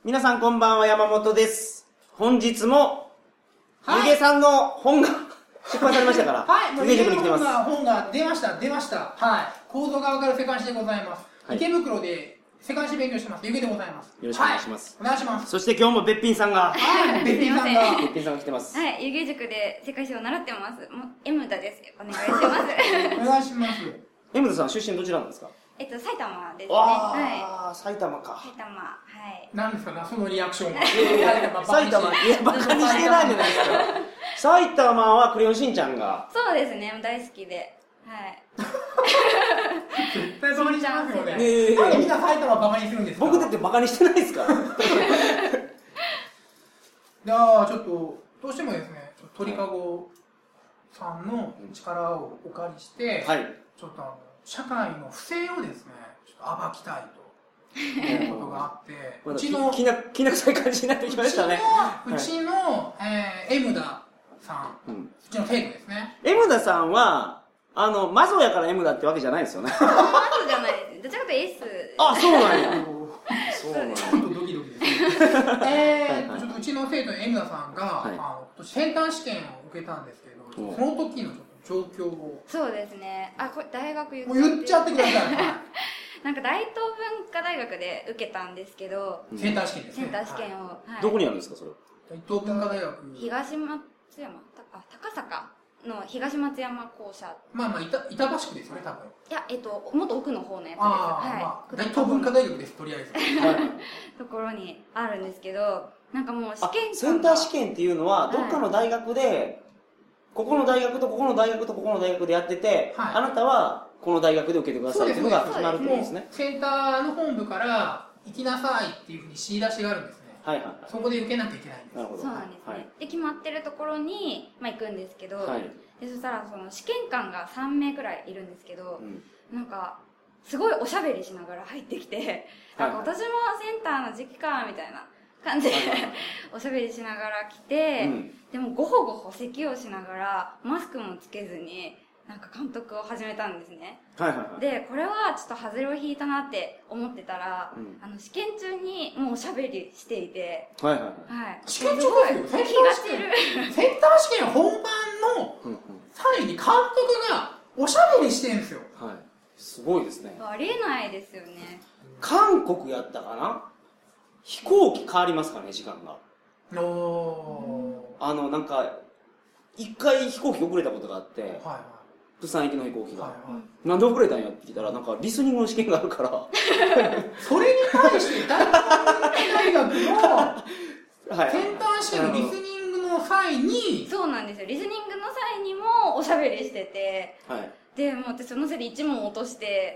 皆さんこんばんは、山本です。本日も、ゆげさんの本が出版されましたから、 はい、もう湯気塾に来てます。 本が出ました。はい。構造がわかる世界史でございます。はい、池袋で世界史勉強してます。ゆげでございます。 よろしくお願いします。 はい、お願いします。 そして今日もべっぴんさんが、 はい、べっぴんさんが来てます。 はい、湯気塾で世界史を習ってます。M 田です。お願いします。 お願いします。 M 田さん出身どちらなんですか？ 埼玉ですね。 ああ、埼玉か。 埼玉、はい。 なんですかな、そのリアクションは。 埼玉、いや、バカにしてないじゃないですか。埼玉はクレヨンしんちゃんが。 そうですね、大好きで。はい。 絶対バカにしてますよね。なんでみんな埼玉バカにするんですか？ 僕だってバカにしてないですから。 じゃあ、ちょっと、どうしてもですね、鳥かごさんの力をお借りして、 はい。 ちょっと社会の不正をですね、ちょっと暴きたいということがあって、 うちのきな臭い感じになってきましたね。 うちの、M 田さん、うちの生徒ですね。 M 田さんは、マゾやから M 田ってわけじゃないですよね。 マゾじゃないです。どちらかというと S。 あ、そうなんや。 そうなんや。ちょっとドキドキです。ちょっとうちの生徒の M 田さんが、今年センター試験を受けたんですけど、その時のちょっと状況を。 そうですね。あ、これ大学言っちゃってください。 なんか大東文化大学で受けたんですけど、 センター試験ですね。 センター試験を。 どこにあるんですか、それ？ 大東文化大学。 東松山、高坂の東松山校舎。 まあ、板橋区ですよね、多分。 いや、もっと奥の方のやつです。 はい。大東文化大学です、とりあえず。 ところにあるんですけど、なんかもう試験センター試験っていうのは、どっかの大学で、ここの大学とここの大学とここの大学でやってて、あなたはこの大学で受けてくださいっていうのが決まるってことですね。 センターの本部から行きなさいっていうふうに指示出しがあるんですね。 はいはい。 そこで受けなきゃいけないんです。 なるほど。 そうなんですね。で、決まってるところに、行くんですけど、でそしたらその試験官が3名くらいいるんですけど、なんか、すごいおしゃべりしながら入ってきて、なんか私もセンターの時期か、みたいな感じでおしゃべりしながら来て、でもごほごほ咳をしながらマスクもつけずになんか監督を始めたんですね。でこれはちょっと外れを引いたなって思ってたら、試験中にもうおしゃべりしていて、 試験中ですよ。センター試験本番の際に監督がおしゃべりしてんですよ。 すごいですね。 ありえないですよね。 韓国やったかな。飛行機変わりますかね、時間が。なんか、一回飛行機遅れたことがあって、釜山行きの飛行機が。なんで遅れたんやって聞いたら、なんかリスニングの試験があるから。 それに対して大学のセンター試験のリスニングの際に、 そうなんですよ。リスニングの際にもおしゃべりしてて、で、もう私そのせいで1問落として、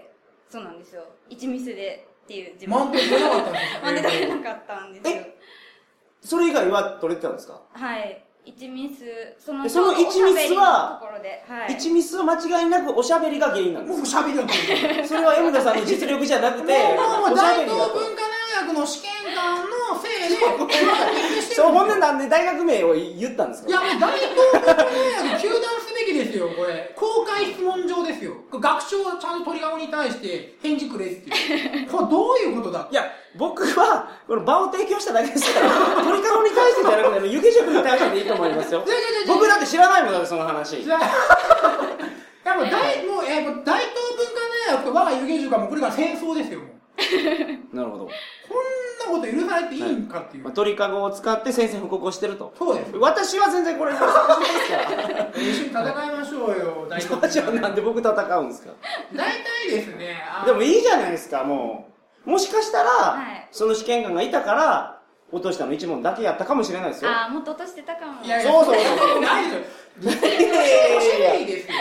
そうなんですよ。1ミスで。っていう自分満点出なかったんですよ。 満点出なかったんですよ。 それ以外は取れてたんですか？ はい。1ミス、その 1ミスは、 1 ミスは間違いなくおしゃべりが原因なんです。 おしゃべりが原因。 それは M 田さんの実力じゃなくて、おしゃべりだと。 大東文化大学の試験官のせいで、 そう、ほんでなんで大学名を言ったんですか？ いや、もう大東文化大学糾弾すべきですよ、これ。公開質問状ですよ。学長はちゃんと鳥かごに対して返事くれっていう。これどういうことだ？ いや、僕は、この場を提供しただけですから、鳥かごに対してじゃなくて、湯気塾に対してでいいと思いますよ。僕だって知らないもんだって、その話。 いや、もう大東文化大学と我が湯気塾はもうこれから戦争ですよ、もう。 なるほど。 こんなこと許されていいんかっていう。 鳥かごを使って宣戦布告をしてると。 そうです。 私は全然これ、楽しみですから。 一緒に戦いましょうよ、大東文化。なんで僕戦うんですか？ 大体ですね。 でもいいじゃないですか、もう。もしかしたら、その試験官がいたから、落としたの1問だけやったかもしれないですよ。 もっと落としてたかも。 いや、そう。ないですよ。いいですよ。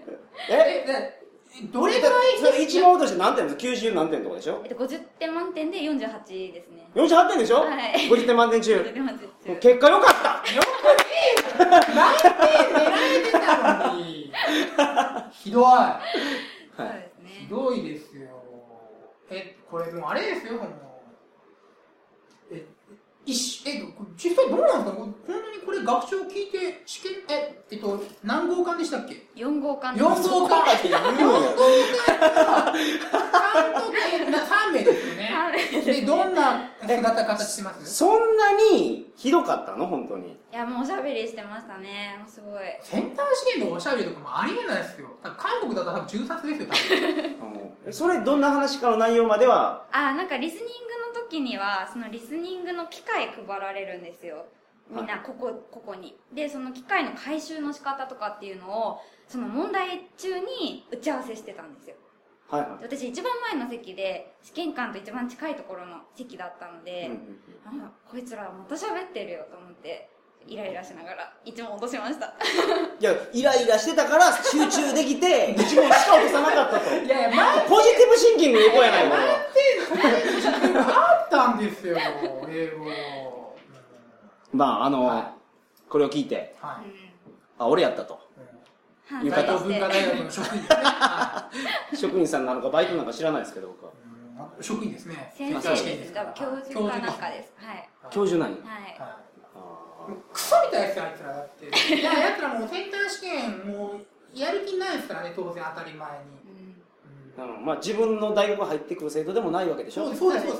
どれぐらい 1問落として何点ですか？90何点とかでしょ ？50点満点で48ですね。 48点でしょ？はい。50点満点中。結果良かった。 よくねえ。何点狙えてたのに。ひどい。 そうですね。 ひどいですよ。これもうあれですよ、もう。 実際どうなんですか？本当にこれ学長聞いて、試験、何号館でしたっけ？ 4 号館です。 4号館って言うのよ。3名ですよね。で、どんな姿形してます？ そんなにひどかったの本当に。 いや、もうおしゃべりしてましたね。もうすごい。 センター試験でおしゃべりとかもありえないですよ。韓国だったら多分銃殺ですよ、多分。 それどんな話かの内容までは？ なんかリスニングの時には、そのリスニングの機械配られるんですよ。みんな、ここに。で、その機械の回収の仕方とかっていうのを、その問題中に打ち合わせしてたんですよ。 はいはい。 私一番前の席で、試験官と一番近いところの席だったので、こいつらまた喋ってるよと思って、イライラしながら一問落としました。いや、イライラしてたから集中できて、一問しか落とさなかったと。 いやいや、 ポジティブシンキング英語やない、これは。 あったんですよ、英語。 まあ、これを聞いて、俺やったと。 大東文化大学の職員ですね。 職員さんなのかバイトなんか知らないですけど、僕は。 職員ですね。 先生ですか、教授かなんかです。はい。 教授何？ はい。 クソみたいですよ、あいつらだって。いや、やつらもうセンター試験、もう、やる気ないですからね、当然当たり前に。 まあ、自分の大学入ってくる生徒でもないわけでしょ？ そうです。だ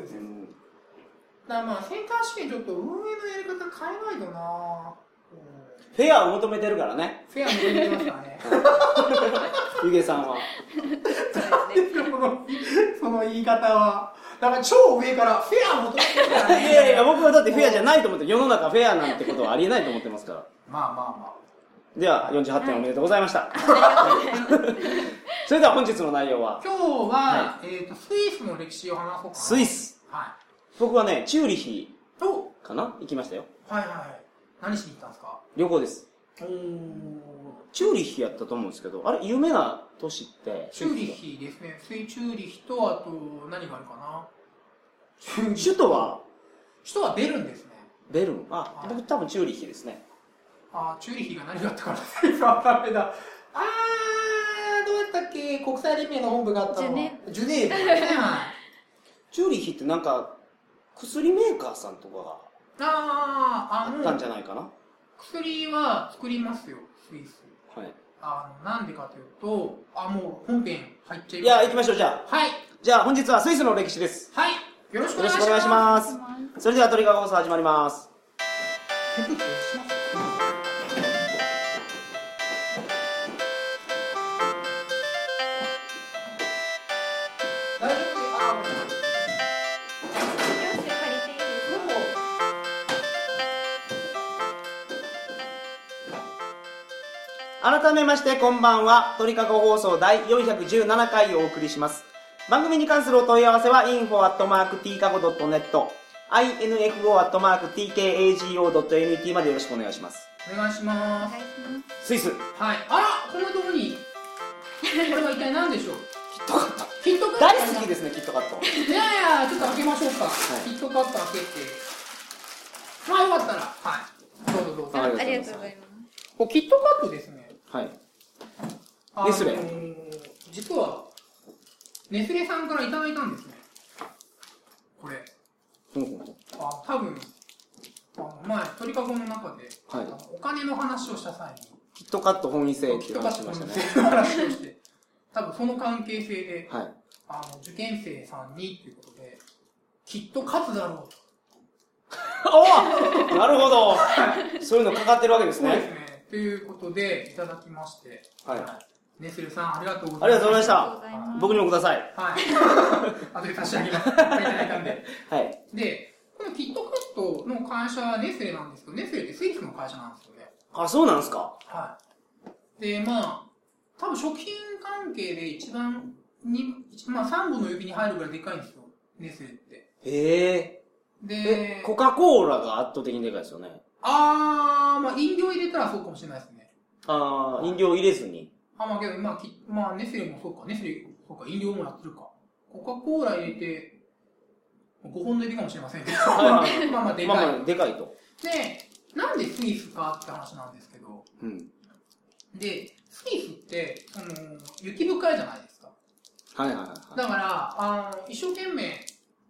からまあ、センター試験ちょっと運営のやり方変えないとな。 フェアを求めてるからね。 フェア求めてますからね。 ゆげさんは。 その言い方は。だから超上からフェア求めてるからね。 いやいや、僕はだってフェアじゃないと思って、世の中フェアなんてことはありえないと思ってますから。 まあ。 では、48点おめでとうございました。それでは本日の内容は？ 今日は、スイスの歴史を話そうかな。 スイス。 はい。 僕はね、チューリヒかな？行きましたよ。 はい。何しに行ったんですか？ 旅行です。チューリヒやったと思うんですけど、あれ、有名な都市って？ チューリヒですね。チューリヒと、あと、何があるかな？ 首都はベルンですね。 ベルン。僕多分チューリヒですね。 チューリヒが何があったからダメだ。どうやったっけ？国際連盟の本部があったの。ジュネーブ。 チューリヒってなんか、薬メーカーさんとかがあったんじゃないかな？ 薬は作りますよ、スイス。 はい。 なんでかというと、もう本編入っちゃいます。 いや、行きましょう、じゃあ。 はい。 じゃあ、本日はスイスの歴史です。 はい。よろしくお願いします。 それでは、鳥かご放送始まります。改めましてこんばんは。鳥かご放送第417回をお送りします。番組に関するお問い合わせは info@tkago.net info@tkago.net までよろしくお願いします。 お願いします。 スイス。 はい。こんなところにこれは一体何でしょう？ キットカット。 キットカット。 大好きですね、キットカット。 いやちょっと開けましょうか。キットカット開けて。よかったら、どうぞ。 ありがとうございます。 キットカットですね。 はい。ネスレ。 実は、ネスレさんからいただいたんですね。これ。多分、前、鳥かごの中で、お金の話をした際に、 キットカット本位制っていう話しましたね。 キットカット本位制の話をして、多分その関係性で、受験生さんにということで、きっと勝つだろうと。なるほど。そういうのかかってるわけですね。 そうですね。ということで、いただきまして。ネスレさん、ありがとうございます。 ありがとうございました。僕にもください。 後で差し上げます。いただいたんで。で、このキットカットの会社はネスレなんですけど、ネスレってスイスの会社なんですよね。 そうなんですか？ で、多分食品関係で一番3本の指に入るぐらいでかいんですよ、ネスレって。で、 コカ・コーラが圧倒的にでかいですよね。 飲料入れたらそうかもしれないですね。 飲料入れずに。 けど、ネスレもそうか。ネスレ、そうか、飲料もやってるか。コカ・コーラ入れて、5本の指かもしれませんけど。でかい。 でかいと。 で、なんでスイスかって話なんですけど。で、スイスって、雪深いじゃないですか。 だから、一生懸命、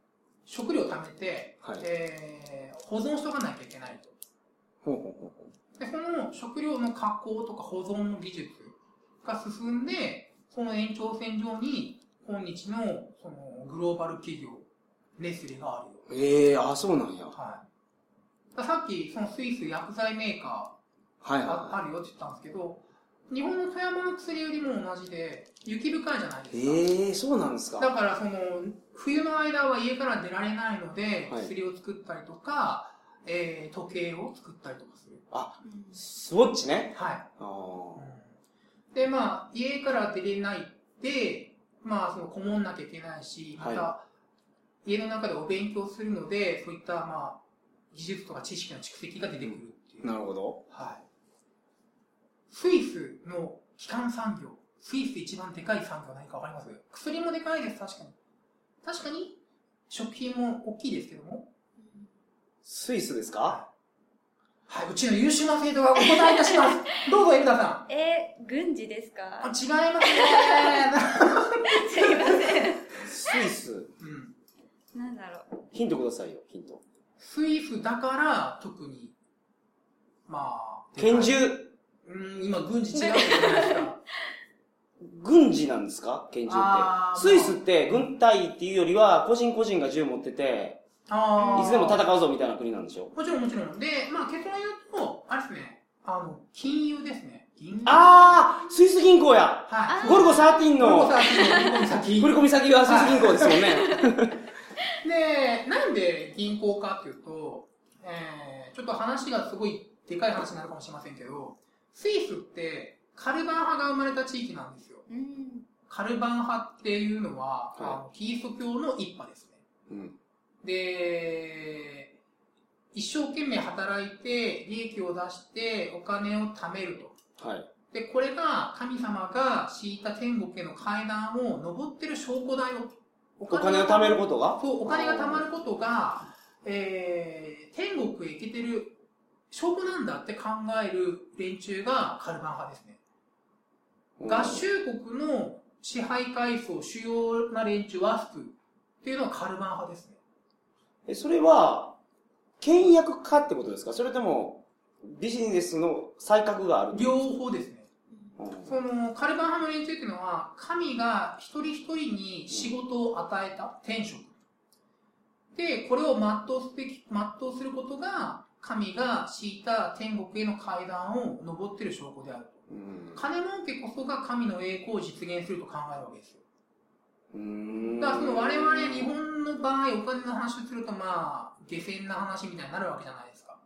食料を貯めて、はい、保存しとかなきゃいけないと。で、その食料の加工とか保存の技術が進んで、その延長線上に、今日の、その、グローバル企業、ネスレがあるよ。 そうなんや。 はい。さっき、そのスイス薬剤メーカー、あるよって言ったんですけど、日本の富山の薬よりも同じで、雪深いじゃないですか。 そうなんですか。 だから、その、冬の間は家から出られないので、薬を作ったりとか、時計を作ったりとかする。 スウォッチね。 はい。で、まあ、家から出れないで、まあ、その、こもんなきゃいけないし、また、家の中でお勉強するので、そういった、まあ、技術とか知識の蓄積が出てくるっていう。 なるほど。 はい。スイスの基幹産業、スイスで一番でかい産業は何かわかります？薬もでかいです、確かに。確かに、食品も大きいですけども。 スイスですか？ はい、うちの優秀な生徒がお答えいたします。どうぞ、エルダさん。軍事ですか？ 違いますね。 すいません。 スイス。 なんだろう。 ヒントくださいよ、ヒント。 スイスだから、特に、まあ。 拳銃。 今、軍事違うじゃないですか。 軍事なんですか？拳銃って。スイスって軍隊っていうよりは、個人個人が銃持ってて、いつでも戦うぞみたいな国なんでしょ？ もちろんもちろん。で、まあ結論言うと、あれですね、金融ですね。 スイス銀行や。 はい。 ゴルゴ13の。 ゴルゴ13の振込先はスイス銀行ですもんね。 で、なんで銀行かっていうと、ちょっと話がすごいでかい話になるかもしれませんけど、スイスってカルバン派が生まれた地域なんですよ。カルバン派っていうのは、キリスト教の一派ですね。で、一生懸命働いて、利益を出して、お金を貯めると。で、これが神様が敷いた天国への階段を登ってる証拠だよ。 お金を貯めることが？ そう、お金が貯まることが、天国へ行けてる証拠なんだって考える連中がカルバン派ですね。合衆国の支配階層、主要な連中、ワスプっていうのはカルバン派ですね。 それは、倹約家ってことですか？それとも、ビジネスの才覚がある？ 両方ですね。その、カルバン派の連中っていうのは、神が一人一人に仕事を与えた天職。で、これを全うすることが、神が敷いた天国への階段を登っている証拠であると。金儲けこそが神の栄光を実現すると考えるわけですよ。だからその我々日本の場合、お金の話をするとまあ、下船な話みたいになるわけじゃないですか。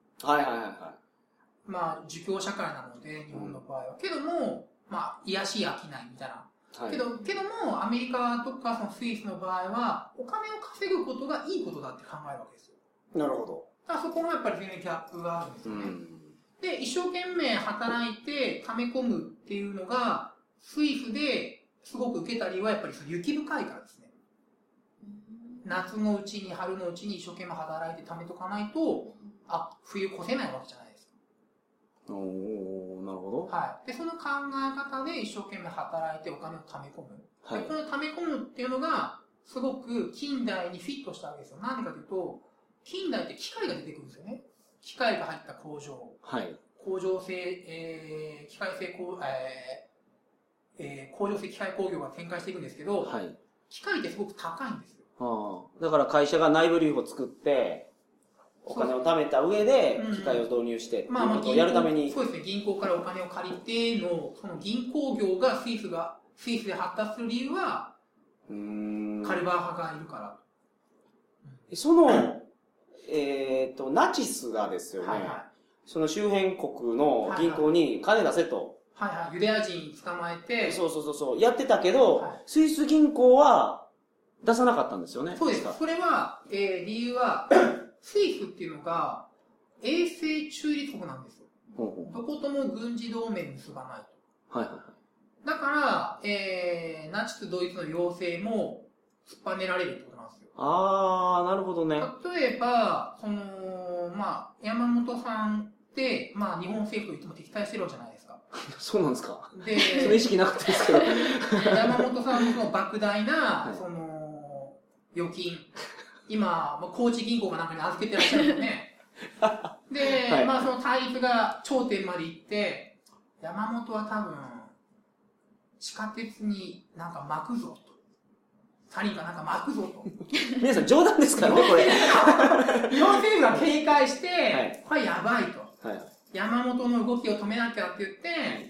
まあ、儒教社会なので、日本の場合は。けども、まあ、癒し商いみたいな。けども、アメリカとかそのスイスの場合は、お金を稼ぐことがいいことだって考えるわけですよ。 なるほど。 だからそこもやっぱり全然ギャップがあるんですよね。で、一生懸命働いて溜め込むっていうのが、スイスですごく受けた理由はやっぱりその雪深いからですね。夏のうちに、春のうちに一生懸命働いて溜めとかないと、冬越せないわけじゃないですか。 なるほど。 はい。で、その考え方で一生懸命働いてお金を溜め込む。で、この溜め込むっていうのが、すごく近代にフィットしたわけですよ。なんでかというと、近代って機械が出てくるんですよね。機械が入った工場。工場製、機械製工場製機械工業が展開していくんですけど、機械ってすごく高いんですよ。 だから会社が内部留保を作って、お金を貯めた上で、機械を導入して、っていうことをやるために。 そうですね、銀行からお金を借りての、その銀行業がスイスで発達する理由は、カルバン派がいるから。 その、ナチスがですよね、その周辺国の銀行に金出せと。 ユダヤ人捕まえて。 やってたけど、スイス銀行は出さなかったんですよね。 そうです。それは、理由は、スイスっていうのが、永世中立国なんですよ。どことも軍事同盟結ばないと。だから、ナチスドイツの要請も突っぱねられるってことなんですよ。 なるほどね。 例えば、まあ、山本さんって、まあ、日本政府といつも敵対してるじゃないですか。 そうなんですか。 で、 その意識なかったですけど。 山本さんのその莫大な、預金今、高知銀行かなんかに預けてらっしゃるんですね。で、はい、まあその対立が頂点まで行って、山本は多分、地下鉄になんか巻くぞと。サリンかなんか巻くぞと。 皆さん冗談ですからね、これ。 日本政府が警戒して、はい、これやばいと。はい、山本の動きを止めなきゃって言って、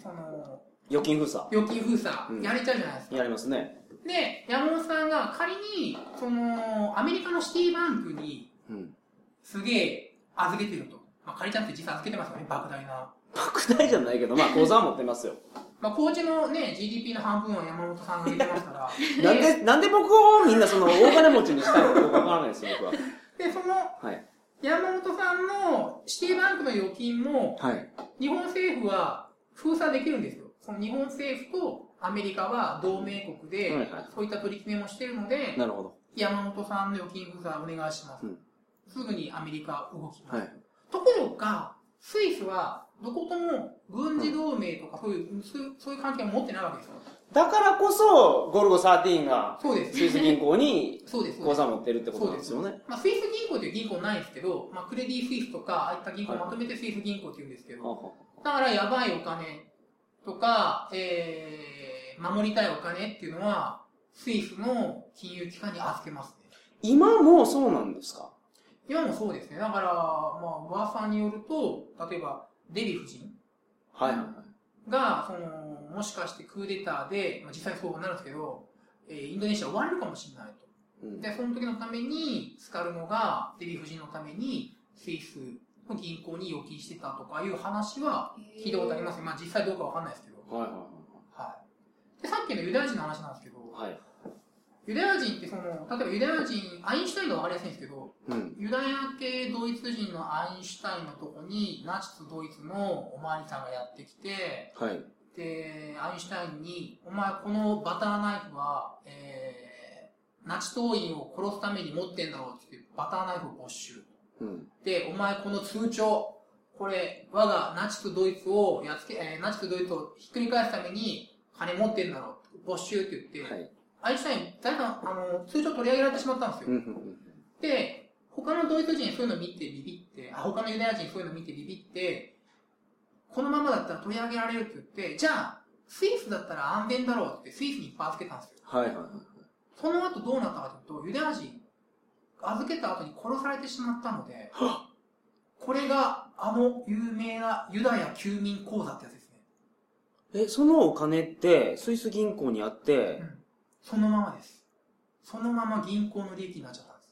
その、 預金封鎖、 やれちゃうじゃないですか。 やりますね。 で、山本さんが仮に、その、アメリカのシティバンクに、すげえ預けてると。まあ、借りちゃって実際預けてますよね、莫大な。 莫大じゃないけど、まあ、口座は持ってますよ。 まあ、高知のね、GDP の半分は山本さんが入れてますから。 なんで僕をみんなその、大金持ちにしたいのかわからないですよ、僕は。 で、その、はい、山本さんのシティバンクの預金も、はい、日本政府は封鎖できるんですよ。その日本政府とアメリカは同盟国で、はいはい、そういった取り決めもしてるので、 なるほど。 山本さんの預金封鎖お願いします。すぐにアメリカ動きます。 はい、 ところが、スイスは、どことも軍事同盟とかそういう関係を持ってないわけですよ。 だからこそ、ゴルゴ13が、 そうです。 スイス銀行に、口座を持ってるってことなんですよね。 まあ、スイス銀行という銀行ないんですけど、まあ、クレディ・スイスとか、ああいった銀行をまとめてスイス銀行って言うんですけど、だからやばいお金とか、守りたいお金っていうのは、スイスの金融機関に預けますね。 今もそうなんですか？ 今もそうですね。だから、まあ、噂によると、例えば、デヴィ夫人が、その、もしかしてクーデターで、まあ、実際そうなるんですけど、インドネシア終われるかもしれないと。で、その時のために、スカルノがデヴィ夫人のために、スイスの銀行に預金してたとかいう話は聞いたことあります。まあ実際どうかわかんないですけど。はい。で、さっきのユダヤ人の話なんですけど、はい、ユダヤ人ってその、例えばユダヤ人、アインシュタインがわかりやすいんですけど、ユダヤ系ドイツ人のアインシュタインのとこに、ナチスドイツのおまわりさんがやってきて、はい、で、アインシュタインに、お前このバターナイフは、ナチ党員を殺すために持ってんだろうって言って、バターナイフを没収。で、お前この通帳、これ、我がナチスドイツをナチスドイツをひっくり返すために金持ってんだろう。没収って言って、はい、アインシュタイン、通帳取り上げられてしまったんですよ。で、他のドイツ人そういうの見てビビって、他のユダヤ人そういうの見てビビって、このままだったら取り上げられるって言って、じゃあ、スイスだったら安全だろうってスイスにいっぱい預けたんですよ。はいはいはい。その後どうなったかというと、ユダヤ人、預けた後に殺されてしまったので、これが有名なユダヤ休眠口座ってやつですね。そのお金ってスイス銀行にあって、 そのままです。そのまま銀行の利益になっちゃったんです。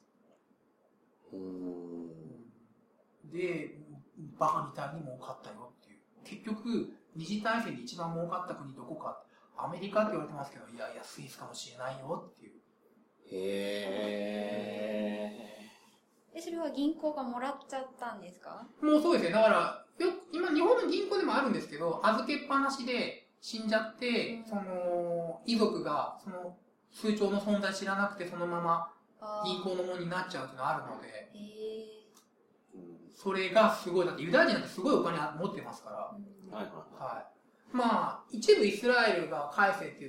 で、バカみたいに儲かったよっていう。結局、二次大戦で一番儲かった国どこか、アメリカって言われてますけど、いやいや、スイスかもしれないよっていう。 それは銀行がもらっちゃったんですか？ もうそうですね。だから、今日本の銀行でもあるんですけど、預けっぱなしで死んじゃって、その、遺族が、その、通帳の存在知らなくて、そのまま銀行のものになっちゃうっていうのがあるので、それがすごい、だってユダヤ人なんてすごいお金持ってますから、はい。まあ、一部イスラエルが返せって言って、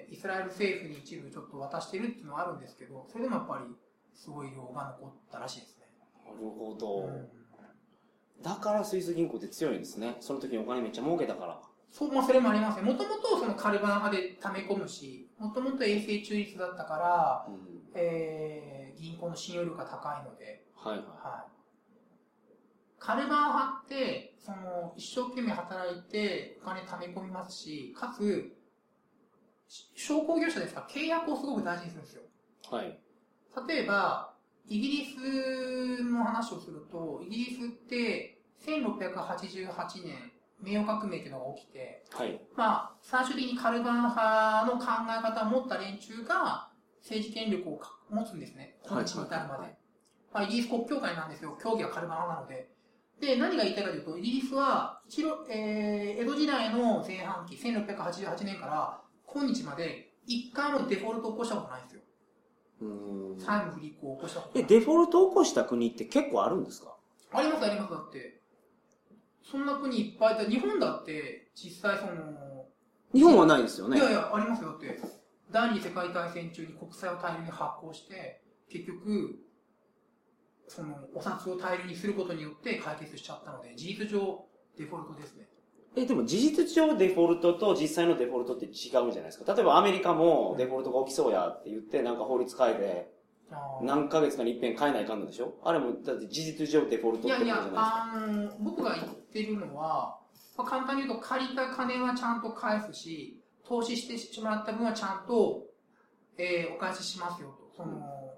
イスラエル政府に一部ちょっと渡してるっていうのはあるんですけど、それでもやっぱり、すごい量が残ったらしいですね。 なるほど。だからスイス銀行って強いんですね。その時にお金めっちゃ儲けたから。 そう、まあそれもありますね。もともとそのカルバン派で溜め込むし、もともと永世中立だったから、銀行の信用力が高いので。はいはい。はい。カルバン派って、その、一生懸命働いてお金貯め込みますし、かつ、商工業者ですから契約をすごく大事にするんですよ。はい。例えば、イギリスの話をすると、イギリスって1688年、名誉革命っていうのが起きて、はい。まあ、最終的にカルバン派の考え方を持った連中が政治権力を持つんですね。この地に至るまで。まあ、イギリス国教会なんですよ。教義はカルバン派なので。で、何が言いたいかというと、イギリスは江戸時代の前半期、1688年から今日まで一回もデフォルトを起こしたことないんですよ。債務不履行を起こしたことない。 デフォルトを起こした国って結構あるんですか？ ありますあります。だって、そんな国いっぱいいた。日本だって、実際その、 日本はないですよね。 いやいや、ありますよ。だって、第二次世界大戦中に国債を大量に発行して、結局、 そのお札を大量にすることによって解決しちゃったので、事実上デフォルトですね。 でも事実上デフォルトと実際のデフォルトって違うじゃないですか。例えばアメリカもデフォルトが起きそうやって言って、なんか法律変えて、何ヶ月かに一遍変えないかんのでしょ。あれも、だって事実上デフォルトってことじゃないですか。 僕が言ってるのは、簡単に言うと借りた金はちゃんと返すし、投資してしまった分はちゃんと、お返ししますよと。その、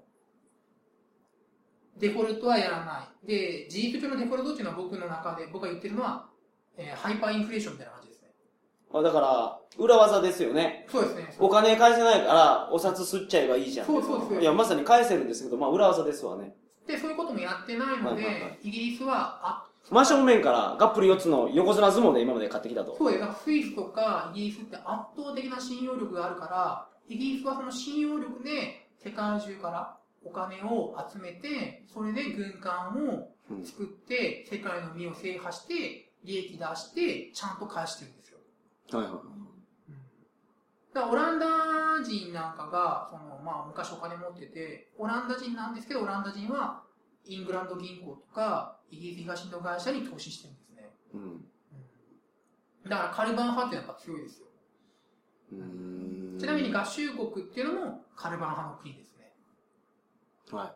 デフォルトはやらない。で、事実上のデフォルトっていうのは僕の中で、僕が言ってるのは、ハイパーインフレーションみたいな感じですね。 だから、裏技ですよね。 そうですね。 お金返せないから、お札吸っちゃえばいいじゃん。 そう。 いや、まさに返せるんですけど、まあ、裏技ですわね。 で、そういうこともやってないので、イギリスは、 真正面から、がっぷり4つの横綱相撲で今まで買ってきたと。 そうです。だからスイスとかイギリスって圧倒的な信用力があるから、イギリスはその信用力で、世界中からお金を集めて、それで軍艦を作って、世界の身を制覇して、利益出して、ちゃんと返してるんですよ。 はいはい。 だからオランダ人なんかが、その、まあ、昔お金持ってて、オランダ人なんですけど、オランダ人は、イングランド銀行とか、イギリス東の会社に投資してるんですね。だからカルバン派ってやっぱ強いですよ。ちなみに合衆国っていうのもカルバン派の国ですね。 はい。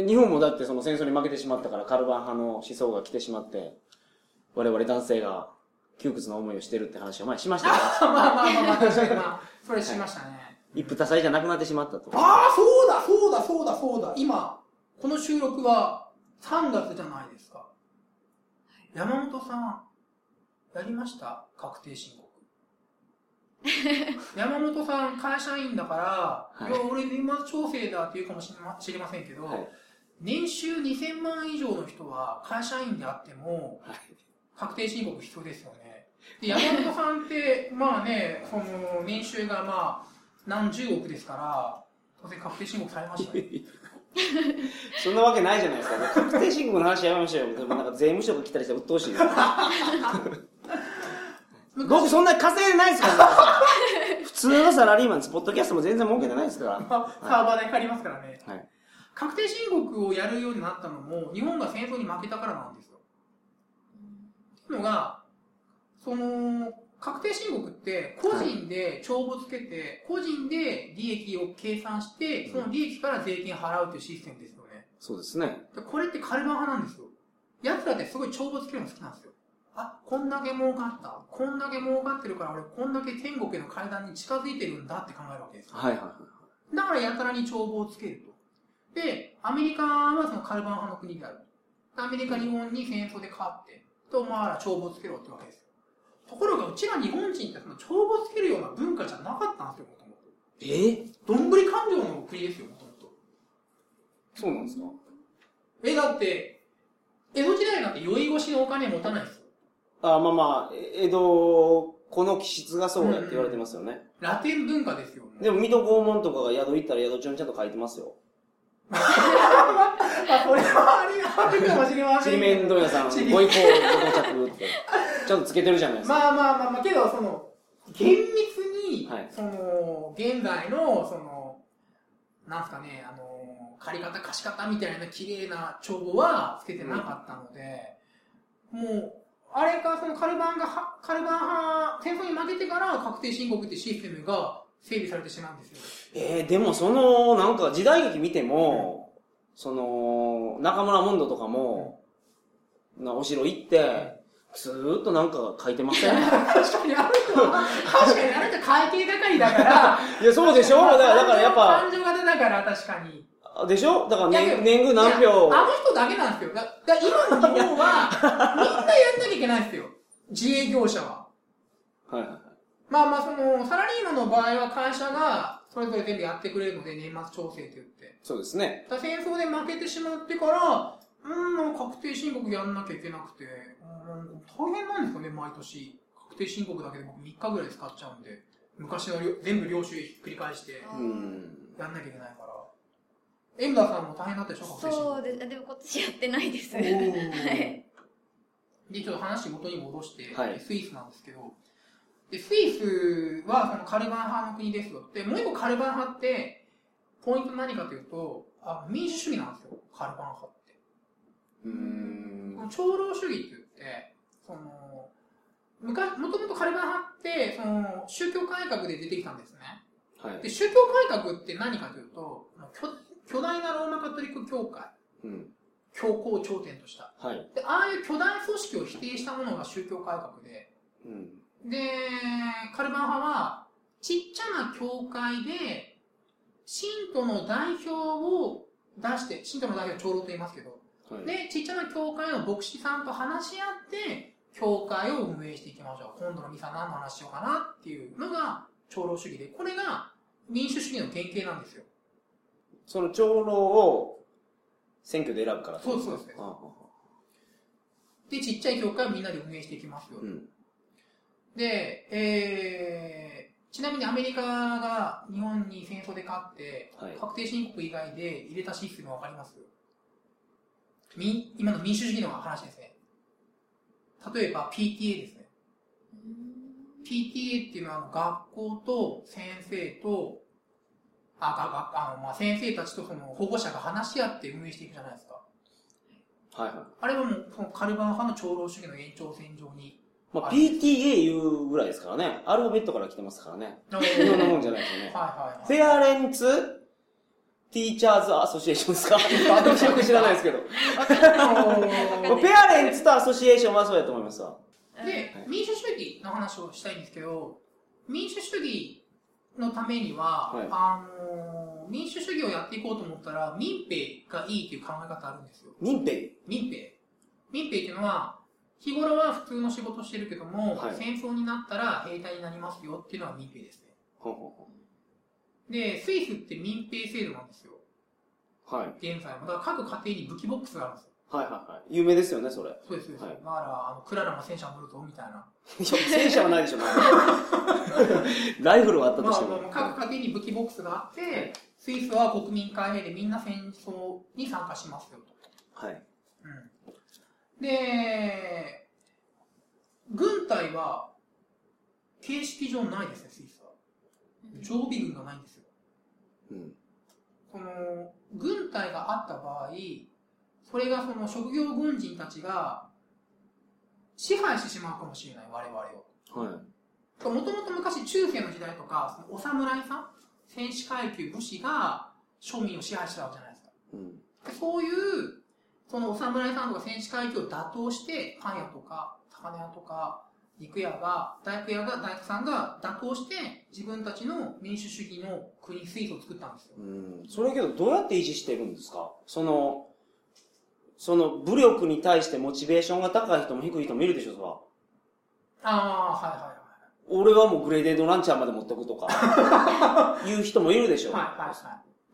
日本もだってその戦争に負けてしまったからカルバン派の思想が来てしまって、我々男性が窮屈な思いをしてるって話を前にしましたよ。 まあ、確かにそれしましたね。 一夫多妻じゃなくなってしまったと。 そうだ。今、この収録は3月じゃないですか。山本さん、やりました確定申告。山本さん、会社員だから、俺年末調整だって言うかもしれませんけど、年収2000万以上の人は会社員であっても、確定申告必要ですよね。で、山本さんって、まあね、その、年収がまあ、何十億ですから、当然確定申告されましたね。 そんなわけないじゃないですか。確定申告の話やめましょうよ。でもなんか税務署が来たりして鬱陶しいです。僕そんな稼いでないですからね。普通のサラリーマン、ポッドキャストも全然儲けてないですから。 サーバー代借りますからね。確定申告をやるようになったのも、日本が戦争に負けたからなんですよ。っていうのが、その、確定申告って個人で帳簿つけて、個人で利益を計算して、その利益から税金払うというシステムですよね。 そうですね。 これってカルバン派なんですよ。奴らってすごい帳簿つけるの好きなんですよ。こんだけ儲かった。こんだけ儲かってるから俺こんだけ天国への階段に近づいてるんだって考えるわけですよ。だからやたらに帳簿をつけると。で、アメリカはそのカルバン派の国である。アメリカ、日本に戦争で勝って、と、まあ、帳簿をつけろってわけですよ。ところが、うちら日本人ってその帳簿つけるような文化じゃなかったんですよ、もともと。どんぶり勘定の国ですよ、もともと。 そうなんですか？ だって、江戸時代なんて酔い越しのお金持たないですよ。 江戸、この気質がそうやって言われてますよね。 ラテン文化ですよ。 でも、水戸黄門とかが宿行ったら宿帳にちゃんと書いてますよ。 これはあるかもしれません。 ちりめん問屋さん、ご意向ご到着って、ちゃんとつけてるじゃないですか。 まあ、けど、その、厳密に、その、現在の、その、なんすかね、借り方、貸し方みたいな綺麗な帳簿はつけてなかったので、もう、あれか、そのカルバン派、戦争に負けてから確定申告ってシステムが整備されてしまうんですよ。 でもその、なんか時代劇見ても、その、中村モンドとかも、お城行って、ずーっとなんか書いてません？ 確かにある人会計係だから。 いや、そうでしょ？だからやっぱ。 感情型だから、確かに。 でしょ？だから年貢何票。 あの人だけなんですよ。今の日本は、みんなやんなきゃいけないんですよ。自営業者は。まあ、その、サラリーマンの場合は会社が、それぞれ全部やってくれるので、年末調整って言って。 そうですね。 戦争で負けてしまってから、確定申告やんなきゃいけなくて、大変なんですよね、毎年。確定申告だけで僕3日ぐらい使っちゃうんで、昔の全部領収ひっくり返して、やんなきゃいけないから。エムダさんも大変だったでしょ、確定申告。 そうです。でも今年やってないです。 はい。で、ちょっと話元に戻して、スイスなんですけど、で、スイスはそのカルバン派の国ですよ。で、もう一個カルバン派って、ポイント何かというと、民主主義なんですよ、カルバン派って。 長老主義って言って、もともとカルバン派って、宗教改革で出てきたんですね。はい。で、宗教改革って何かというと、巨大なローマカトリック教会。教皇頂点とした。はい。で、ああいう巨大組織を否定したものが宗教改革で、で、カルバン派は、ちっちゃな教会で、信徒の代表を出して、信徒の代表を長老と言いますけど、はい、で、ちっちゃな教会の牧師さんと話し合って、教会を運営していきましょう。今度のミサ何の話しようかなっていうのが長老主義で、これが民主主義の原型なんですよ。 その長老を選挙で選ぶからそうです。で、ちっちゃい教会をみんなで運営していきますよ。で、ちなみにアメリカが日本に戦争で勝って、はい、確定申告以外で入れたシステムわかります？今の民主主義の話ですね。例えば PTA ですね。PTA っていうのは学校と先生と、先生たちとその保護者が話し合って運営していくじゃないですか。はいはい。あれはもうそのカルバン派の長老主義の延長線上に。 PTA 言うぐらいですからね。アルファベットから来てますからね。いろんなもんじゃないですよね。フェアレンツティーチャーズアソシエーションですか？私よく知らないですけど。フェアレンツとアソシエーションはそうやと思いますわ。 で、民主主義の話をしたいんですけど、民主主義のためには、民主主義をやっていこうと思ったら、民兵がいいっていう考え方あるんですよ。 民兵っていうのは、日頃は普通の仕事してるけども、はい、戦争になったら兵隊になりますよっていうのが民兵ですね。で、スイスって民兵制度なんですよ。はい。現在も。だから各家庭に武器ボックスがあるんですよ。 はいはいはい。有名ですよね、それ。 そうです。はい、だから、クララが戦車乗るぞ、みたいな。 いや、戦車はないでしょ、ライフルはあったとしても。 各家庭に武器ボックスがあって、スイスは国民開閉でみんな戦争に参加しますよ、と。はい。で、軍隊は、形式上ないですね、スイスは。常備軍がないんですよ。この、軍隊があった場合、それがその職業軍人たちが、支配してしまうかもしれない、我々を。はい。もともと昔中世の時代とか、そのお侍さん、戦士階級武士が庶民を支配してたわけじゃないですか。そういう、そのお侍さんとか戦士階級を打倒して、パン屋とか、魚屋とか、肉屋が、大工さんが打倒して、自分たちの民主主義の国、スイスを作ったんですよ。 それけど、どうやって維持してるんですか？その武力に対してモチベーションが高い人も低い人もいるでしょ、そら。 はいはいはい。 俺はもうグレーデードランチャーまで持ってくとか、いう人もいるでしょ。はいはいはい。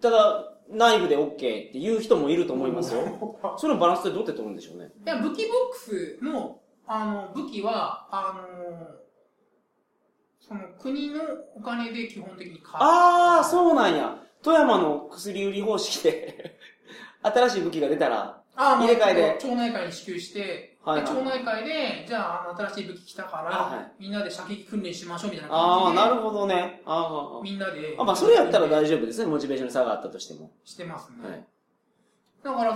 ただ、内部で OK っていう人もいると思いますよ。そのバランスってどうやって取るんでしょうね。 いや、武器ボックスの、武器は、その国のお金で基本的に買う。そうなんや。富山の薬売り方式で、新しい武器が出たら、入れ替えで。 町内会に支給して、はいはい、町内会で、じゃあ、新しい武器来たから、はい、みんなで射撃訓練しましょうみたいな感じで。 なるほどね。 みんなで。 それやったら大丈夫ですね。モチベーションに差があったとしても。 してますね。はい、だから、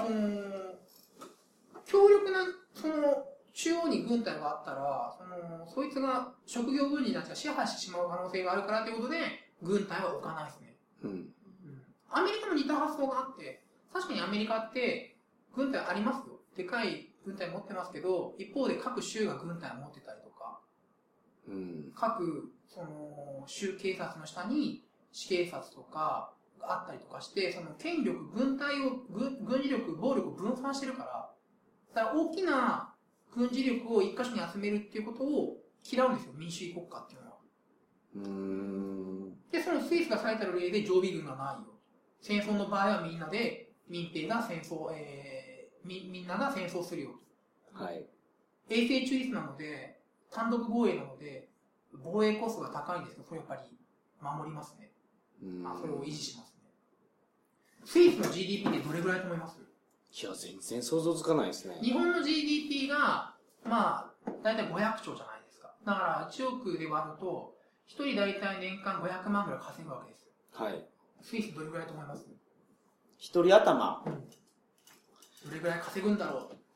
強力な、中央に軍隊があったら、そいつが職業軍人たちが支配してしまう可能性があるからということで、軍隊は置かないですね。アメリカも似た発想があって、確かにアメリカって、軍隊ありますよ。でかい軍隊持ってますけど、一方で各州が軍隊を持ってたりとか、各、州警察の下に市警察とかがあったりとかして、権力、軍隊を、軍事力、暴力を分散してるから、だから大きな軍事力を一箇所に集めるっていうことを嫌うんですよ、民主主義国家っていうのは。で、そのスイスが最たる例で常備軍がないよ。戦争の場合はみんなで、民兵が戦争、みんなが戦争するよと。はい。永世中立なので、単独防衛なので、防衛コストが高いんですけど、それやっぱり守りますね。それを維持しますね。スイスの GDP ってどれぐらいと思います？ いや、全然想像つかないですね。 日本の GDP が、だいたい500兆じゃないですか。だから1億で割ると、1人だいたい年間500万ぐらい稼ぐわけですよ。はい。スイスどれぐらいと思います？ 一人頭、 どれぐらい稼ぐんだろう。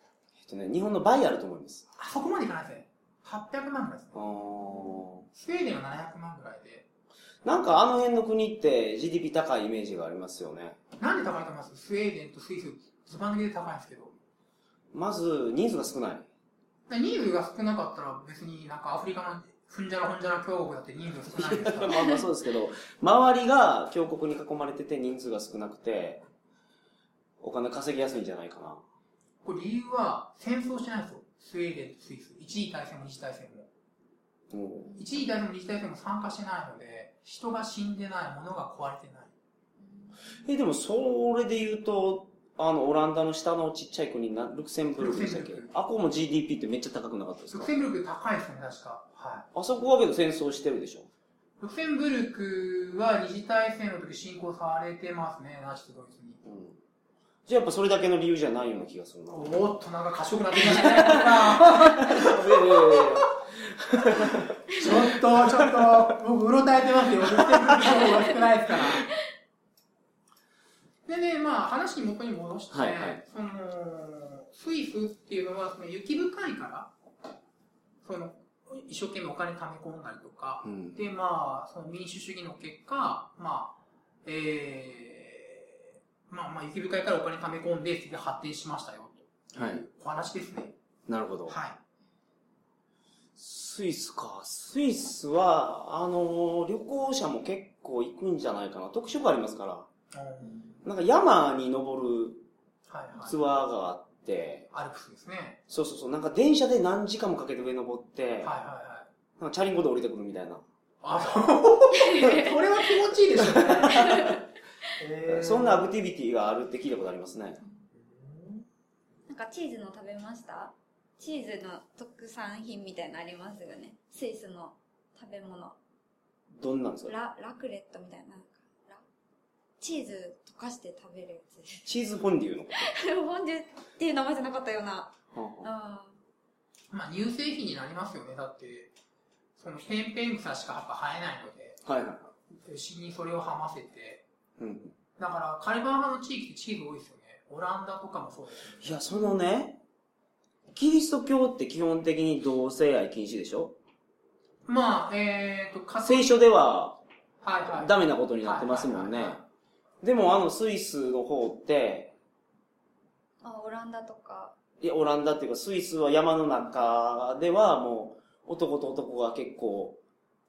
日本の倍あると思います。 あ、そこまでいかないですね。800万ぐらいですね。スウェーデンは700万ぐらいで。 なんかあの辺の国って GDP 高いイメージがありますよね。 なんで高いと思います？スウェーデンとスイス、ズバ抜けで高いんですけど。 まず、人数が少ない。 人数が少なかったら別になんかアフリカのふんじゃら共和国だって人数少ないですから。 まあそうですけど、周りが強国に囲まれてて人数が少なくて、お金稼ぎやすいんじゃないかな。 これ理由は戦争してないんですよ。スウェーデンとスイス。一次大戦も二次大戦も。一次大戦も二次大戦も参加してないので、人が死んでない、ものが壊れてない。 でもそれで言うと、オランダの下のちっちゃい国ルクセンブルクでしたっけ？あこも GDP ってめっちゃ高くなかったですか？ ルクセンブルク高いですね、確か。はい。 あそこはけど戦争してるでしょ？ ルクセンブルクは二次大戦の時侵攻されてますね、ナチスドイツに。 じゃあやっぱそれだけの理由じゃないような気がするな。 おっとなんか賢くなってきましたね。ちょっと、僕うろたえてますよ。ルクセンブルクの方が少ないですから。でね、まあ話に元に戻して、はいはい、スイスっていうのは雪深いから、一生懸命お金貯め込んだりとか、で、まあ、民主主義の結果、雪深いからお金貯め込んで、次発展しましたよ、と。はい。お話ですね。 なるほど。 はい。 スイスか。スイスは、旅行者も結構行くんじゃないかな。特色ありますから。なんか山に登るツアーがあって、 アルプスですね。 そう。なんか電車で何時間もかけて上登って、なんかチャリンコで降りてくるみたいな。 それは気持ちいいですよね。 そんなアクティビティがあるって聞いたことありますね。 なんかチーズの食べました？チーズの特産品みたいなのありますよね。スイスの食べ物。 どんなんですか？ ラクレットみたいな。チーズ溶かして食べるやつです。 チーズフォンデュのことフォンデュっていう名前じゃなかったような。 まあ乳製品になりますよね。だって、ペンペン草しかやっぱ生えないので、牛にそれをはませて、だからカリバン派の地域ってチーズ多いですよね。オランダとかもそうですよね。キリスト教って基本的に同性愛禁止でしょ？ まあ、 聖書では、ダメなことになってますもんね。でもスイスの方って、 オランダとか。 いや、オランダっていうか、スイスは山の中ではもう、男と男が結構、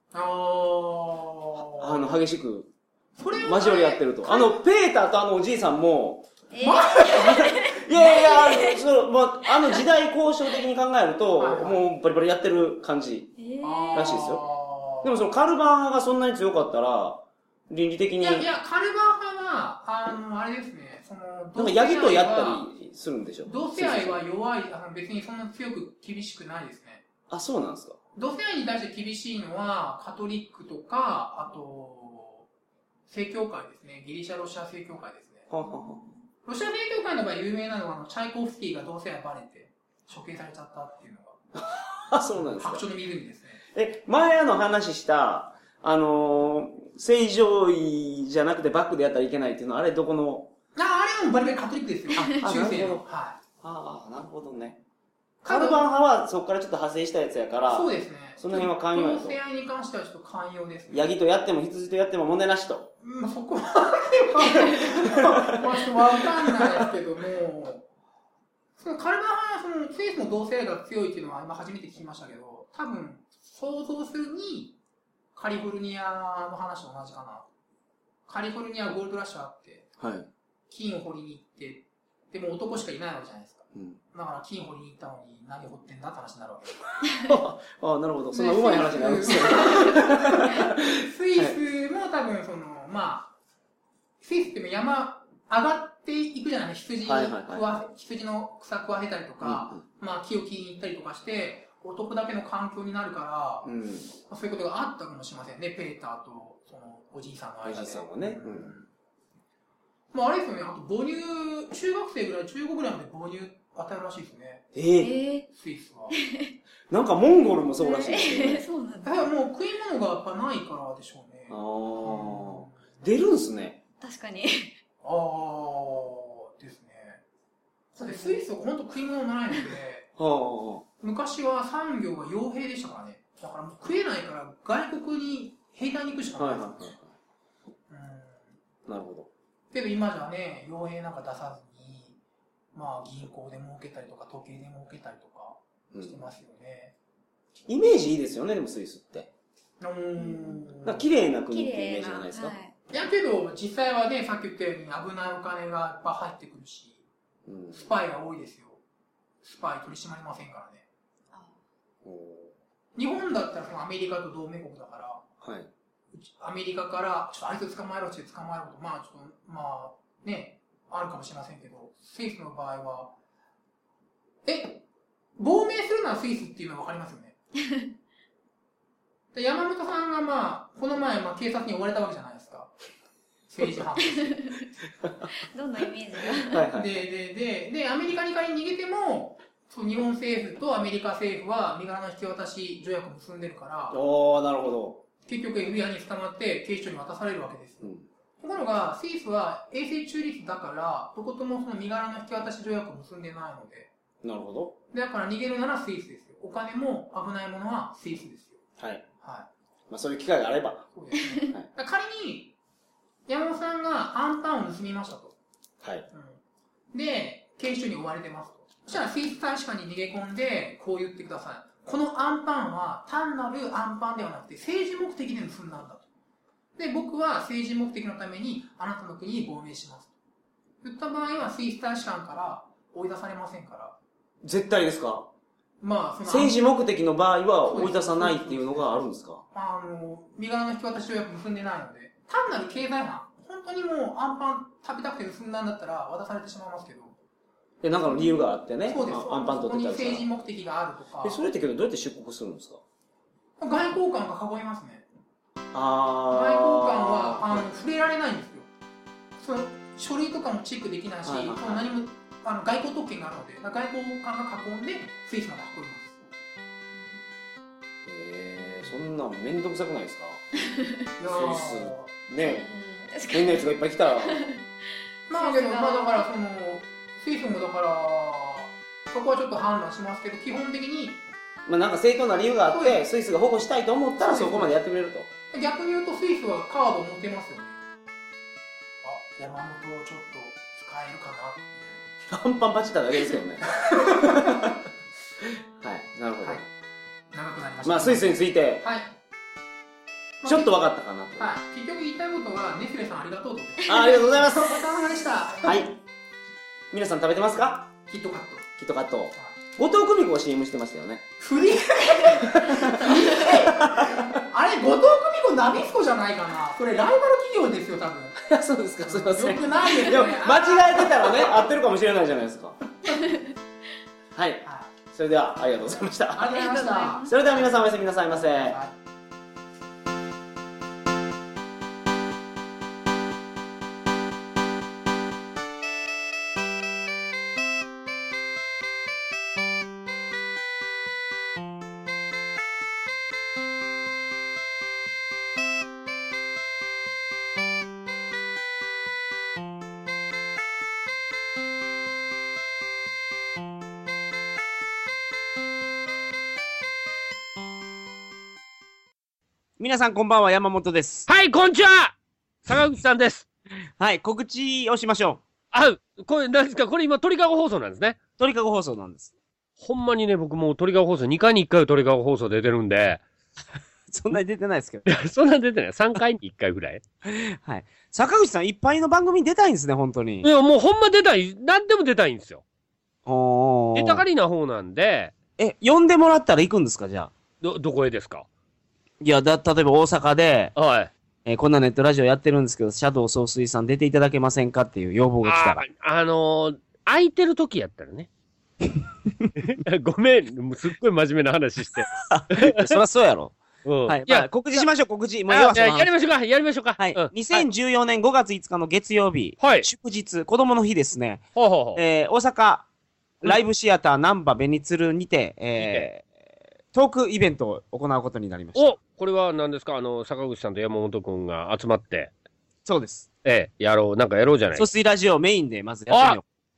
激しく、交わり合ってると。ペーターとおじいさんも、いや、時代交渉的に考えると、もうバリバリやってる感じらしいですよ。でもカルバン派がそんなに強かったら、倫理的に。 いや、カルバン派は、あれですね、 なんかヤギとやったりするんでしょ？ 同性愛は弱い、別にそんな強く厳しくないですね。 あ、そうなんですか？ 同性愛に対して厳しいのは、カトリックとか、あと、正教会ですね。ギリシャ・ロシア正教会ですね。ロシア正教会の場合有名なのは、チャイコフスキーが同性愛バレて、処刑されちゃったっていうのが。 あ、そうなんですか？ 白鳥の湖ですね。 前話した、正常位じゃなくてバックでやったらいけないっていうのは、あれどこの？ あれはもうバリバリカトリックですよ。中世の。 なるほどね。カルバン派はそこからちょっと派生したやつやから、 そうですね。 その辺は寛容やと。 同性愛に関してはちょっと寛容ですね。 ヤギとやっても羊とやっても問題なしと。 そこまでは、まあちょっとわかんないですけども、カルバン派はスイスの同性愛が強いっていうのは今初めて聞きましたけど、多分、想像するに、カリフォルニアの話と同じかな。カリフォルニアはゴールドラッシュあって、金を掘りに行って、でも男しかいないわけじゃないですか。だから金掘りに行ったのに何掘ってんだって話になるわけです。 なるほど。そんなうまい話になるんですよ。 スイスも多分スイスって山上がっていくじゃないですか。羊の草食わせたりとか、木を切りに行ったりとかして、男だけの環境になるから、そういうことがあったかもしれませんね。ペーターとおじいさんの間で。 おじいさんはね。 あれですよね、あと母乳、中学生ぐらい、中5ぐらいまで母乳与えるらしいですね。スイスは。 なんかモンゴルもそうらしいですよね。 そうなんだ。 もう食い物がやっぱないからでしょうね。 出るんすね。 確かに。 ですね。 スイスは本当食い物ないので、昔は産業が傭兵でしたからね。だからもう食えないから外国に兵隊に行くしかないです。 なるほど。 けど今じゃね、傭兵なんか出さずに、まあ銀行で儲けたりとか時計で儲けたりとかしてますよね。 イメージいいですよね、でもスイスって。綺麗な国ってイメージじゃないですか。 いやけど、実際はね、さっき言ったように危ないお金がいっぱい入ってくるし、スパイが多いですよ。スパイ取り締まりませんからね。日本だったらそのアメリカと同盟国だから、はい、アメリカから、ちょっとあいつ捕まえろって捕まえろと、まあちょっと、まあね、あるかもしれませんけど、スイスの場合は、亡命するのはスイスっていうのはわかりますよね。で山本さんがまあ、この前、まあ警察に追われたわけじゃないですか。政治犯。 どんなイメージがで、アメリカに仮に逃げても、日本政府とアメリカ政府は身柄の引き渡し条約を結んでるから、 なるほど。 結局 FBI に捕まって警視庁に渡されるわけですよ。ところが、スイスは永世中立だから、どこともその身柄の引き渡し条約を結んでないので。 なるほど。 だから逃げるならスイスですよ。お金も危ないものはスイスですよ。 はい。まあそういう機会があれば。 そうですね。仮に、山本さんがアンパンを盗みましたと。 はい。 で、警視庁に追われてますと。そしたらスイス大使館に逃げ込んで、こう言ってください。このアンパンは単なるアンパンではなくて政治目的で盗んだんだと。で、僕は政治目的のためにあなたの国に亡命しますと。言った場合はスイス大使館から追い出されませんから。 絶対ですか？ まあ、 政治目的の場合は追い出さないっていうのがあるんですか？ 身柄の引き渡し条約結んでないので、単なる経済犯。本当にもうアンパン食べたくて盗んだんだったら渡されてしまいますけど。 なんかの理由があってね。 そうです。 アンパン取ってたりそこに政治目的があるとか。 それってけどどうやって出国するんですか？ 外交官が囲いますね。外交官は触れられないんですよ。その書類とかもチェックできないし、何も外交特権があるので、外交官が囲んでスイスまで運びます。 そんなんめんどくさくないですか？ スイスねえ、変なやつがいっぱい来たら。 まあけど、だからそのスイスもだからそこはちょっと判断しますけど、基本的になんか正当な理由があってスイスが保護したいと思ったらそこまでやってくれると。 逆に言うとスイスはカードを持ってますよね。山本をちょっと使えるかな。 パンパンパチっただけですけどね。はい、なるほど。 長くなりました。 まあスイスについて、ちょっと分かったかなと。 結局言いたいことはネスレさんありがとうと。 ありがとうございます。 お疲れ様でした。 はい。皆さん食べてますか？ キットカット。 キットカット。後藤久美子が CM してましたよね。 フリーあれ、後藤久美子ナビスコじゃないかな。これライバル企業ですよ、多分。 そうですか、すいません。 よくないですね。 でも、間違えてたらね、合ってるかもしれないじゃないですか。はい。それでは、ありがとうございました。 ありがとうございました。 それでは皆さんおやすみなさいませ。皆さんこんばんは、山本です。 はい、こんにちは坂口さんです。 はい、告知をしましょう。これ何ですか？これ今鳥かご放送なんですね。 鳥かご放送なんです。 ほんまにね、僕もう鳥かご放送2回に1回鳥かご放送出てるんで。 そんなに出てないですけど。 そんなに出てない。3回に1回ぐらい。 はい。坂口さんいっぱいの番組に出たいんですね、本当に。 いや、もうほんま出たい。何でも出たいんですよ。出たがりな方なんで。 呼んでもらったら行くんですか、じゃあ。 どこへですか？ いや、例えば大阪で、 はい。 こんなネットラジオやってるんですけど、シャドウ総帥さん出ていただけませんかっていう要望が来たら。 空いてる時やったらね。ごめん、すっごい真面目な話して。 そりゃそうやろ。 はい。 いや、告知しましょう、告知。 もうやりましょうか、やりましょうか。 はい。2014年5月5日の月曜日、祝日、子供の日ですね。大阪、ライブシアター難波ベニツルにて、トークイベントを行うことになりました。 これは何ですか？坂口さんと山本くんが集まって。 そうです。 なんかやろうじゃない。 総帥ラジオメインでまずやってみよ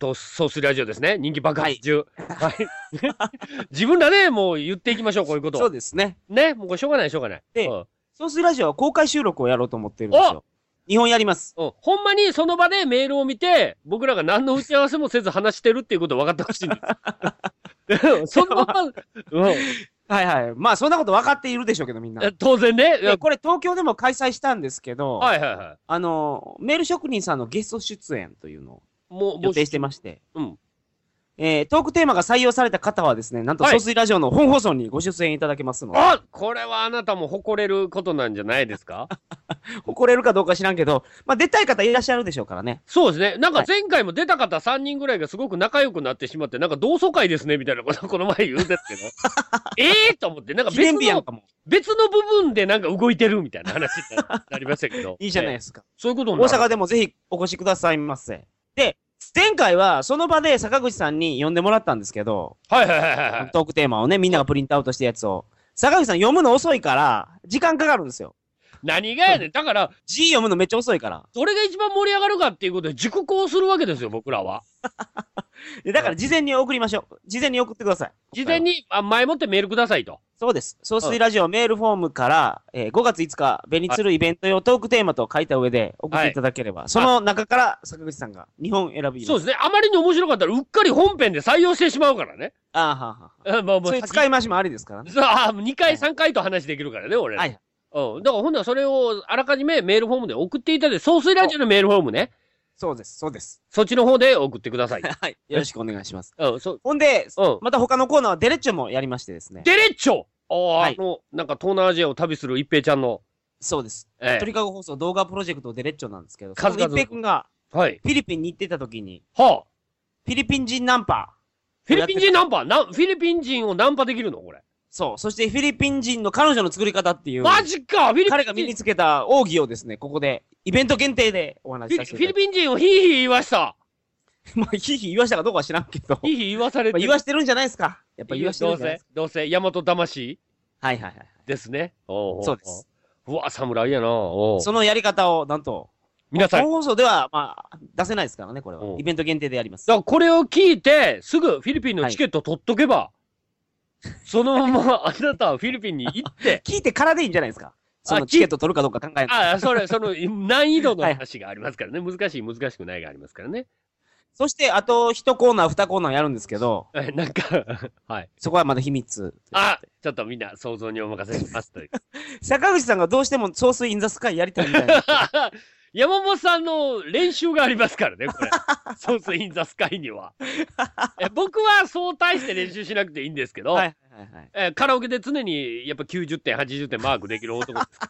ソースラジオですね。人気爆発中。はい。自分らでもう言っていきましょう、こういうこと。 そうですね。 ね、もうしょうがない、しょうがない。 で、ソースラジオは公開収録をやろうと思ってるんですよ。日本やります。 ほんまにその場でメールを見て、僕らが何の打ち合わせもせず話してるっていうことを分かってほしいんです。その場、 はいはい。まあそんなこと分かっているでしょうけどみんな。 当然ね。 これ東京でも開催したんですけど、 はいはいはい。 メール職人さんのゲスト出演というのを予定してまして、トークテーマが採用された方はですね、なんとソースラジオの本放送にご出演いただけますので。 これはあなたも誇れることなんじゃないですか？ 誇れるかどうか知らんけど、まあ出たい方いらっしゃるでしょうからね。 そうですね。なんか前回も出た方3人ぐらいがすごく仲良くなってしまって、なんか同窓会ですねみたいなことをこの前言うんですけど。と思って、なんか別の部分でなんか動いてるみたいな話になりましたけど。 いいじゃないですか。 そういうこと大阪でもぜひお越しくださいませ。で、前回はその場で坂口さんに読んでもらったんですけど、 はいはいはいはい。 トークテーマをね、みんながプリントアウトしたやつを。坂口さん読むの遅いから、時間かかるんですよ。 何がやねん。だから、 字読むのめっちゃ遅いから。 どれが一番盛り上がるかっていうことで熟考するわけですよ、僕らは。 だから事前に送りましょう。事前に送ってください。 事前に前もってメールくださいと。 そうです。ソースラジオメールフォームから、5月5日、ベニツルイベント用トークテーマと書いた上で送っていただければ、その中から坂口さんが2本選びます。 そうですね。あまりに面白かったら、うっかり本編で採用してしまうからね。 そういう使い回しもありですからね。 2回、3回と話できるからね、俺。はい。だからほんならそれをあらかじめメールフォームで送っていただいて、ソースラジオのメールフォームね。 そうです、そうです。 そっちの方で送ってください。 はい。よろしくお願いします。ほんで、また他のコーナーはデレッチョもやりましてですね。 デレッチョなんか東南アジアを旅する一平ちゃんの。 そうです。鳥かご放送動画プロジェクトデレッチョなんですけど、 一平くんが、フィリピンに行ってた時に、フィリピン人ナンパ。 フィリピン人ナンパフィリピン人をナンパできるのこれ。 そう。そしてフィリピン人の彼女の作り方っていう。 マジか彼が身につけた奥義をですね、ここで、イベント限定でお話しさせてフィリピン人をヒーヒー言わした。 まあ、ヒーヒー言わしたかどうかは知らんけど。 ヒーヒー言わされて言わしてるんじゃないですか。やっぱ言わしてるんじゃないですか。 どうせ、大和魂はいはいはい。 ですね。 そうです。 うわ、侍やな。 そのやり方を、なんと、 皆さん。 本放送では、まあ、出せないですからね、これは。イベント限定でやります。 だからこれを聞いて、すぐフィリピンのチケット取っとけば、そのままあなたはフィリピンに行って。 聞いてからでいいんじゃないですか。そのチケット取るかどうか考える。その難易度の話がありますからね。難しい、難しくないがありますからね。 そして、あと、1コーナー、2コーナーやるんですけど。 なんか、はい。 そこはまだ秘密。 ちょっとみんな想像にお任せしますという。 坂口さんがどうしてもソースインザスカイやりたいみたいな。 山本さんの練習がありますからね、これ。ソースインザスカイには。僕はそう大して練習しなくていいんですけど、カラオケで常にやっぱ90点、80点マークできる男ですから。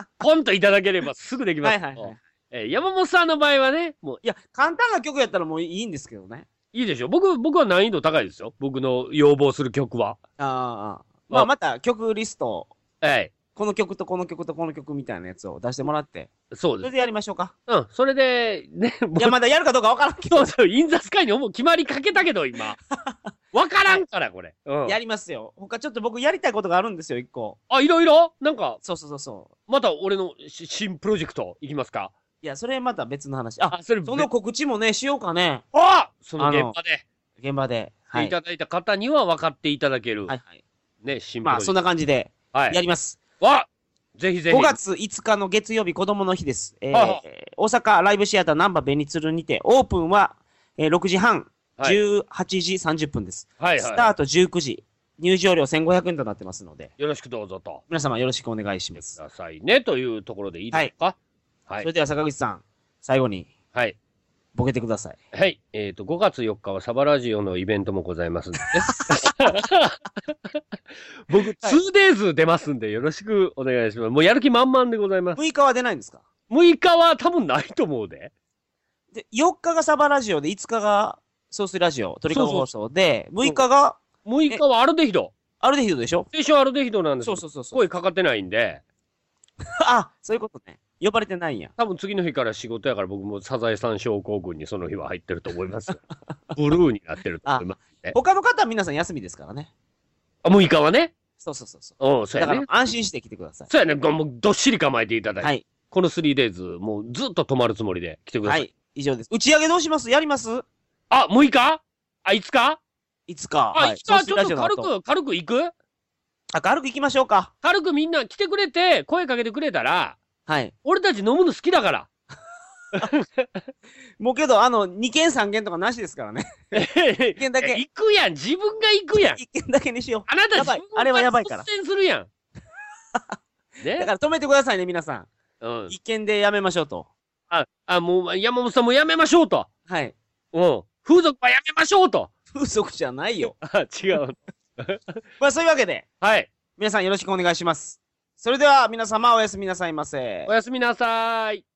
ポンといただければすぐできます。山本さんの場合はね、もう。 いや、簡単な曲やったらもういいんですけどね。 いいでしょ。僕は難易度高いですよ。僕の要望する曲は。 まあまた曲リスト。この曲とこの曲とこの曲みたいなやつを出してもらって。 そうです。 それでやりましょうか。 それで、ね。 いや、まだやるかどうかわからんけど。 そう、インザスカイにもう決まりかけたけど、今。わからんから、これ。 やりますよ。他ちょっと僕やりたいことがあるんですよ、一個。 いろいろなんか。 そう。 また俺の新プロジェクトいきますか？ いや、それまた別の話。その告知もね、しようかね。 その現場で。 現場で。 いただいた方には分かっていただける。ね、新プロジェクト。 まあ、そんな感じで。やります。 ぜひぜひ。 5月5日の月曜日子供の日です。大阪ライブシアターナンバーベニツルにて、オープンは6時半、18時30分です。スタート19時。入場料1500円となってますので。 よろしくどうぞと。 皆様よろしくお願いします。 くださいね、というところでいいですか？ それでは坂口さん、最後に。ボケてください。 はい。5月4日はサバラジオのイベントもございますんで。僕、2days 出ますんでよろしくお願いします。もうやる気満々でございます。 6日は出ないんですか？ 6 日は多分ないと思うで。 で、4日がサバラジオで、5日がソースラジオ、鳥かご放送で、6日が ?6 日はアルデヒド。 アルデヒドでしょ？ 最初アルデヒドなんですよ。 そう。 声かかってないんで。 そういうことね。呼ばれてないんや。 多分次の日から仕事やから僕もサザエさん症候群にその日は入ってると思います。ブルーになってると思います、ね。 他の方は皆さん休みですからね。 6日はね。 そう。 そうやね。 だから安心して来てください。 そうやね。もうどっしり構えていただいて。この 3days、もうずっと泊まるつもりで来てください。 以上です。打ち上げどうします？やります？ あ、6日？あ、5日？ 5日。 あ、5日ちょっと軽く行く？ あ、軽く行きましょうか。 軽くみんな来てくれて、声かけてくれたら、 はい。 俺たち飲むの好きだから。 もうけど、2件3件とかなしですからね。1件だけ。 行くやん。自分が行くやん。 1件だけにしよう。 あなた自分あれはやばいから。 率先するやん。 ね。だから止めてくださいね、皆さん。うん。1件でやめましょうと。 もう、山本さんもやめましょうと。 はい。 うん。風俗はやめましょうと。 風俗じゃないよ。 違う。 まあ、そういうわけで。 はい。 皆さんよろしくお願いします。それでは皆様おやすみなさいませ。 おやすみなさい。